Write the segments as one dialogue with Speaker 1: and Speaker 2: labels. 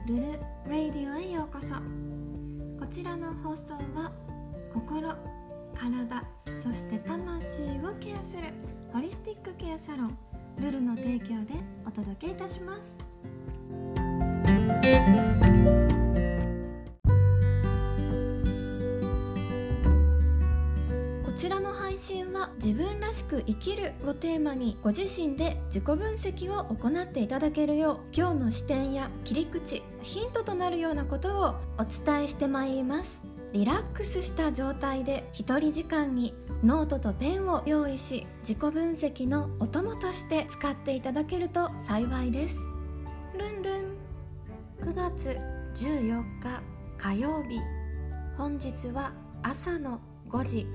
Speaker 1: ルルラディオへようこそ。こちらの放送は心、体、そして魂をケアするホリスティックケアサロンルルの提供でお届けいたします。こちらの配信は自分らしく生きるをテーマにご自身で自己分析を行っていただけるよう今日の視点や切り口、ヒントとなるようなことをお伝えしてまいります。リラックスした状態で一人時間にノートとペンを用意し、自己分析のお供として使っていただけると幸いです。ルンルン。9月14日火曜日、本日は朝の5時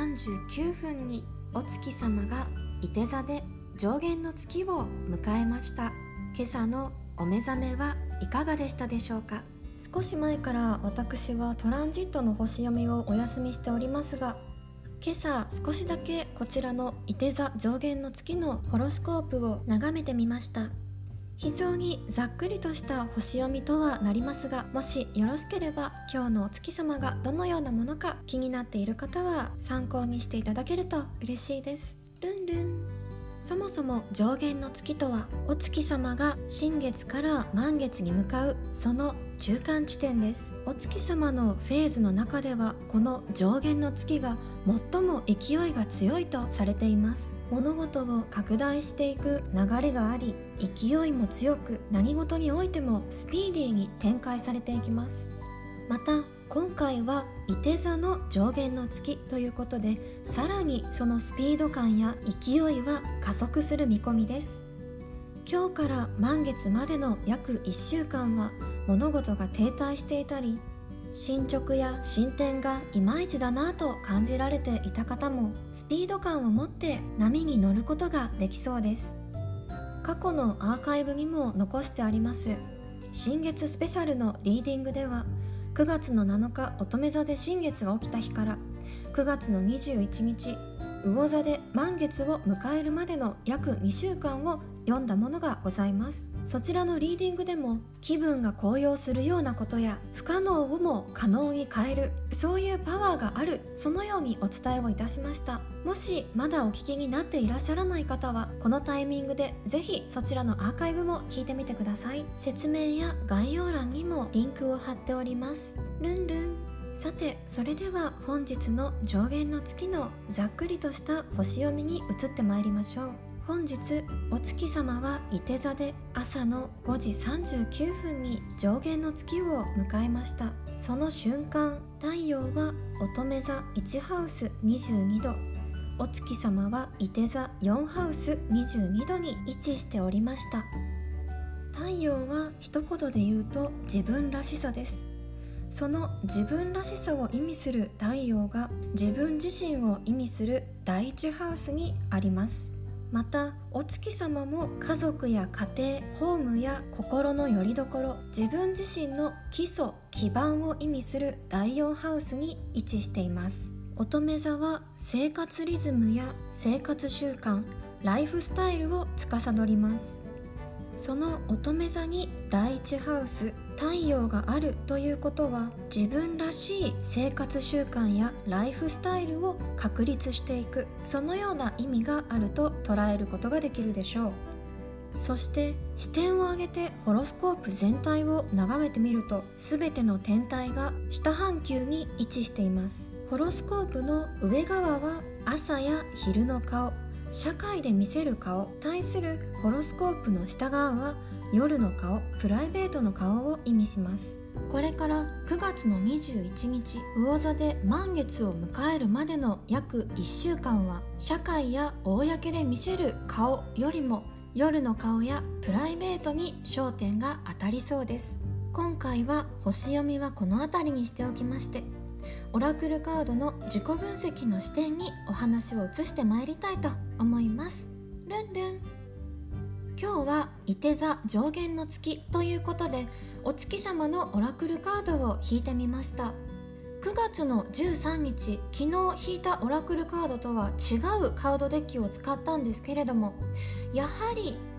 Speaker 1: 39分にお月様がいて座で上弦の月を迎えました。今朝のお目覚めはいかがでしたでしょうか。少し前から私はトランジットの星読みをお休みしておりますが、今朝少しだけこちらのいて座上弦の月のホロスコープを眺めてみました。非常にざっくりとした星読みとはなりますが、もしよろしければ今日のお月様がどのようなものか気になっている方は参考にしていただけると嬉しいです。ルンルン。そもそも上弦の月とは、お月様が新月から満月に向かうその中間地点です。お月様のフェーズの中ではこの上弦の月が最も勢いが強いとされています。物事を拡大していく流れがあり、勢いも強く、何事においてもスピーディーに展開されていきます。また今回はいて座の上弦の月ということで、さらにそのスピード感や勢いは加速する見込みです。今日から満月までの約1週間は物事が停滞していたり、進捗や進展がいまいちだなと感じられていた方もスピード感を持って波に乗ることができそうです。過去のアーカイブにも残してあります新月スペシャルのリーディングでは、9月の7日乙女座で新月が起きた日から9月の21日魚座で満月を迎えるまでの約2週間を読んだものがございます。そちらのリーディングでも気分が高揚するようなことや不可能をも可能に変える、そういうパワーがある、そのようにお伝えをいたしました。もしまだお聞きになっていらっしゃらない方はこのタイミングでぜひそちらのアーカイブも聞いてみてください。説明や概要欄にもリンクを貼っております。ルンルン。さて、それでは本日の上弦の月のざっくりとした星読みに移ってまいりましょう。本日お月様はいて座で朝の5時39分に上弦の月を迎えました。その瞬間、太陽は乙女座1ハウス22度、お月様はいて座4ハウス22度に位置しておりました。太陽は一言で言うと自分らしさです。その自分らしさを意味する太陽が自分自身を意味する第一ハウスにあります。またお月様も家族や家庭、ホームや心の拠り所、自分自身の基礎、基盤を意味する第4ハウスに位置しています。乙女座は生活リズムや生活習慣、ライフスタイルを司ります。その乙女座に第一ハウス、太陽があるということは、自分らしい生活習慣やライフスタイルを確立していく、そのような意味があると捉えることができるでしょう。そして視点を上げてホロスコープ全体を眺めてみると、全ての天体が下半球に位置しています。ホロスコープの上側は朝や昼の顔、社会で見せる顔、対するホロスコープの下側は夜の顔、プライベートの顔を意味します。これから9月の21日魚座で満月を迎えるまでの約1週間は、社会や公で見せる顔よりも夜の顔やプライベートに焦点が当たりそうです。今回は星読みはこの辺りにしておきまして、オラクルカードの自己分析の視点にお話を移してまいりたいと思います。ルンルン。今日はいて座上弦の月ということで、お月様のオラクルカードを引いてみました。9月の13日、昨日引いたオラクルカードとは違うカードデッキを使ったんですけれども、やはり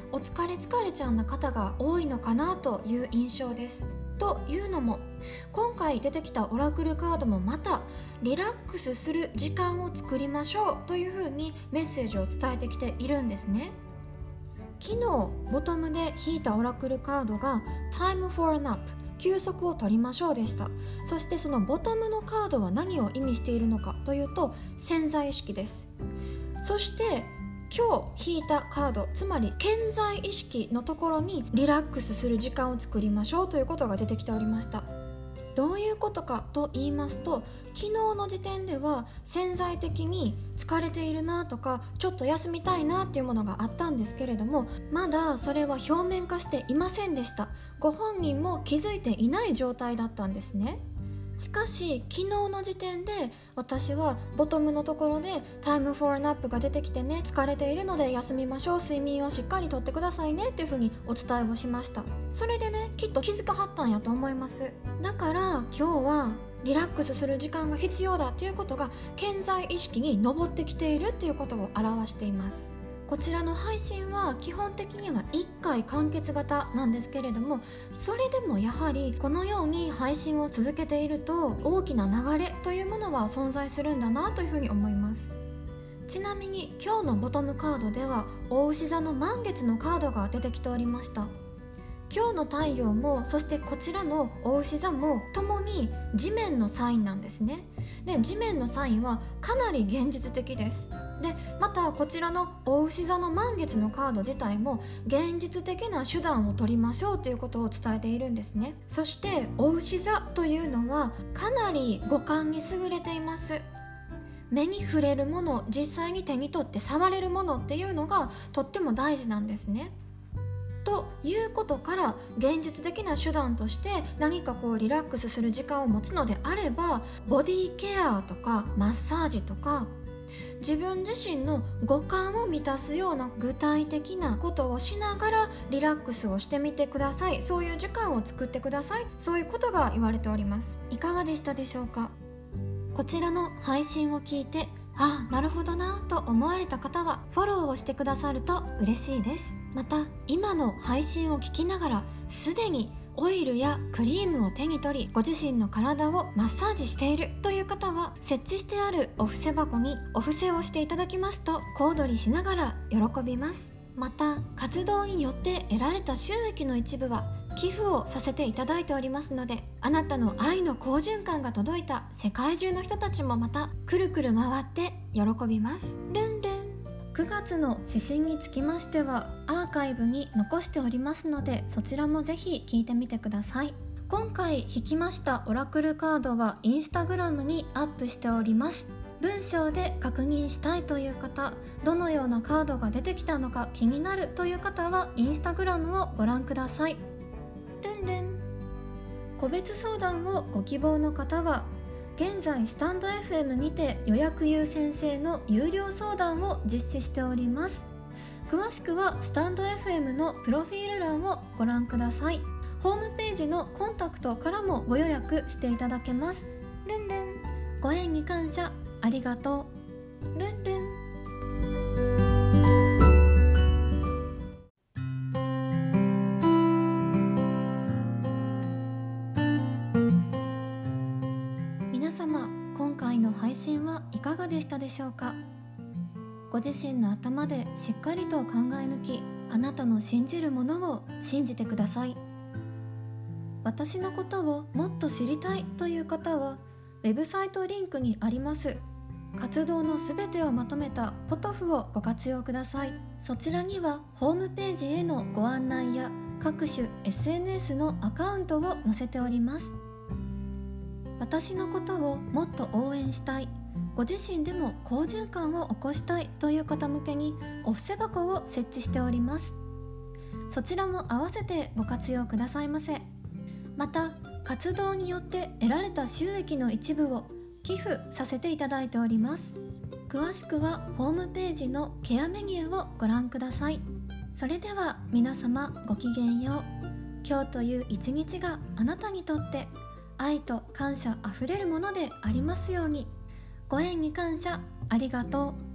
Speaker 1: お疲れちゃんな方が多いのかなという印象です。というのも、今回出てきたオラクルカードもまたリラックスする時間を作りましょうというふうにメッセージを伝えてきているんですね。昨日ボトムで引いたオラクルカードが Time for a nap、 休息を取りましょうでした。そしてそのボトムのカードは何を意味しているのかというと、潜在意識です。そして今日引いたカード、つまり潜在意識のところにリラックスする時間を作りましょうということが出てきておりました。どういうことかと言いますと、昨日の時点では潜在的に疲れているなとか、ちょっと休みたいなっていうものがあったんですけれども、まだそれは表面化していませんでした。ご本人も気づいていない状態だったんですね。しかし昨日の時点で私はボトムのところでタイムフォーナップが出てきてね、疲れているので休みましょう、睡眠をしっかりとってくださいねっていうふうにお伝えをしました。それでね、きっと気づかはったんやと思います。だから今日はリラックスする時間が必要だっていうことが潜在意識に上ってきているっていうことを表しています。こちらの配信は基本的には1回完結型なんですけれども、それでもやはりこのように配信を続けていると大きな流れというものは存在するんだなというふうに思います。ちなみに今日のボトムカードでは牡牛座の満月のカードが出てきておりました。今日の太陽も、そしてこちらの牡牛座もともに地面のサインなんですね。で、地面のサインはかなり現実的です。で、またこちらの牡牛座の満月のカード自体も現実的な手段を取りましょうということを伝えているんですね。そして牡牛座というのはかなり五感に優れています。目に触れるもの、実際に手に取って触れるものっていうのがとっても大事なんですね。ということから、現実的な手段として何かリラックスする時間を持つのであれば、ボディケアとかマッサージとか、自分自身の五感を満たすような具体的なことをしながらリラックスをしてみてください。そういう時間を作ってください。そういうことが言われております。いかがでしたでしょうか。こちらの配信を聞いて、なるほどなと思われた方はフォローをしてくださると嬉しいです。また今の配信を聞きながらすでにオイルやクリームを手に取りご自身の体をマッサージしているという方は、設置してあるお布施箱にお布施をしていただきますと小躍りしながら喜びます。また活動によって得られた収益の一部は寄付をさせていただいておりますので、あなたの愛の好循環が届いた世界中の人たちもまたくるくる回って喜びます。ルンルン。9月の指針につきましてはアーカイブに残しておりますので、そちらもぜひ聞いてみてください。今回引きましたオラクルカードはインスタグラムにアップしております。文章で確認したいという方、どのようなカードが出てきたのか気になるという方はインスタグラムをご覧ください。ルンルン。個別相談をご希望の方は現在スタンド FM にて予約優先制の有料相談を実施しております。詳しくはスタンド FM のプロフィール欄をご覧ください。ホームページのコンタクトからもご予約していただけます。ルンルン。ご縁に感謝、ありがとう。ルンルン。今回の配信はいかがでしたでしょうか。ご自身の頭でしっかりと考え抜き、あなたの信じるものを信じてください。私のことをもっと知りたいという方はウェブサイトリンクにあります活動のすべてをまとめたポトフをご活用ください。そちらにはホームページへのご案内や各種 SNS のアカウントを載せております。私のことをもっと応援したい、ご自身でも好循環を起こしたいという方向けにお布施箱を設置しております。そちらも合わせてご活用くださいませ。また活動によって得られた収益の一部を寄付させていただいております。詳しくはホームページのケアメニューをご覧ください。それでは皆様ごきげんよう。今日という一日があなたにとって愛と感謝あふれるものでありますように。ご縁に感謝、ありがとう。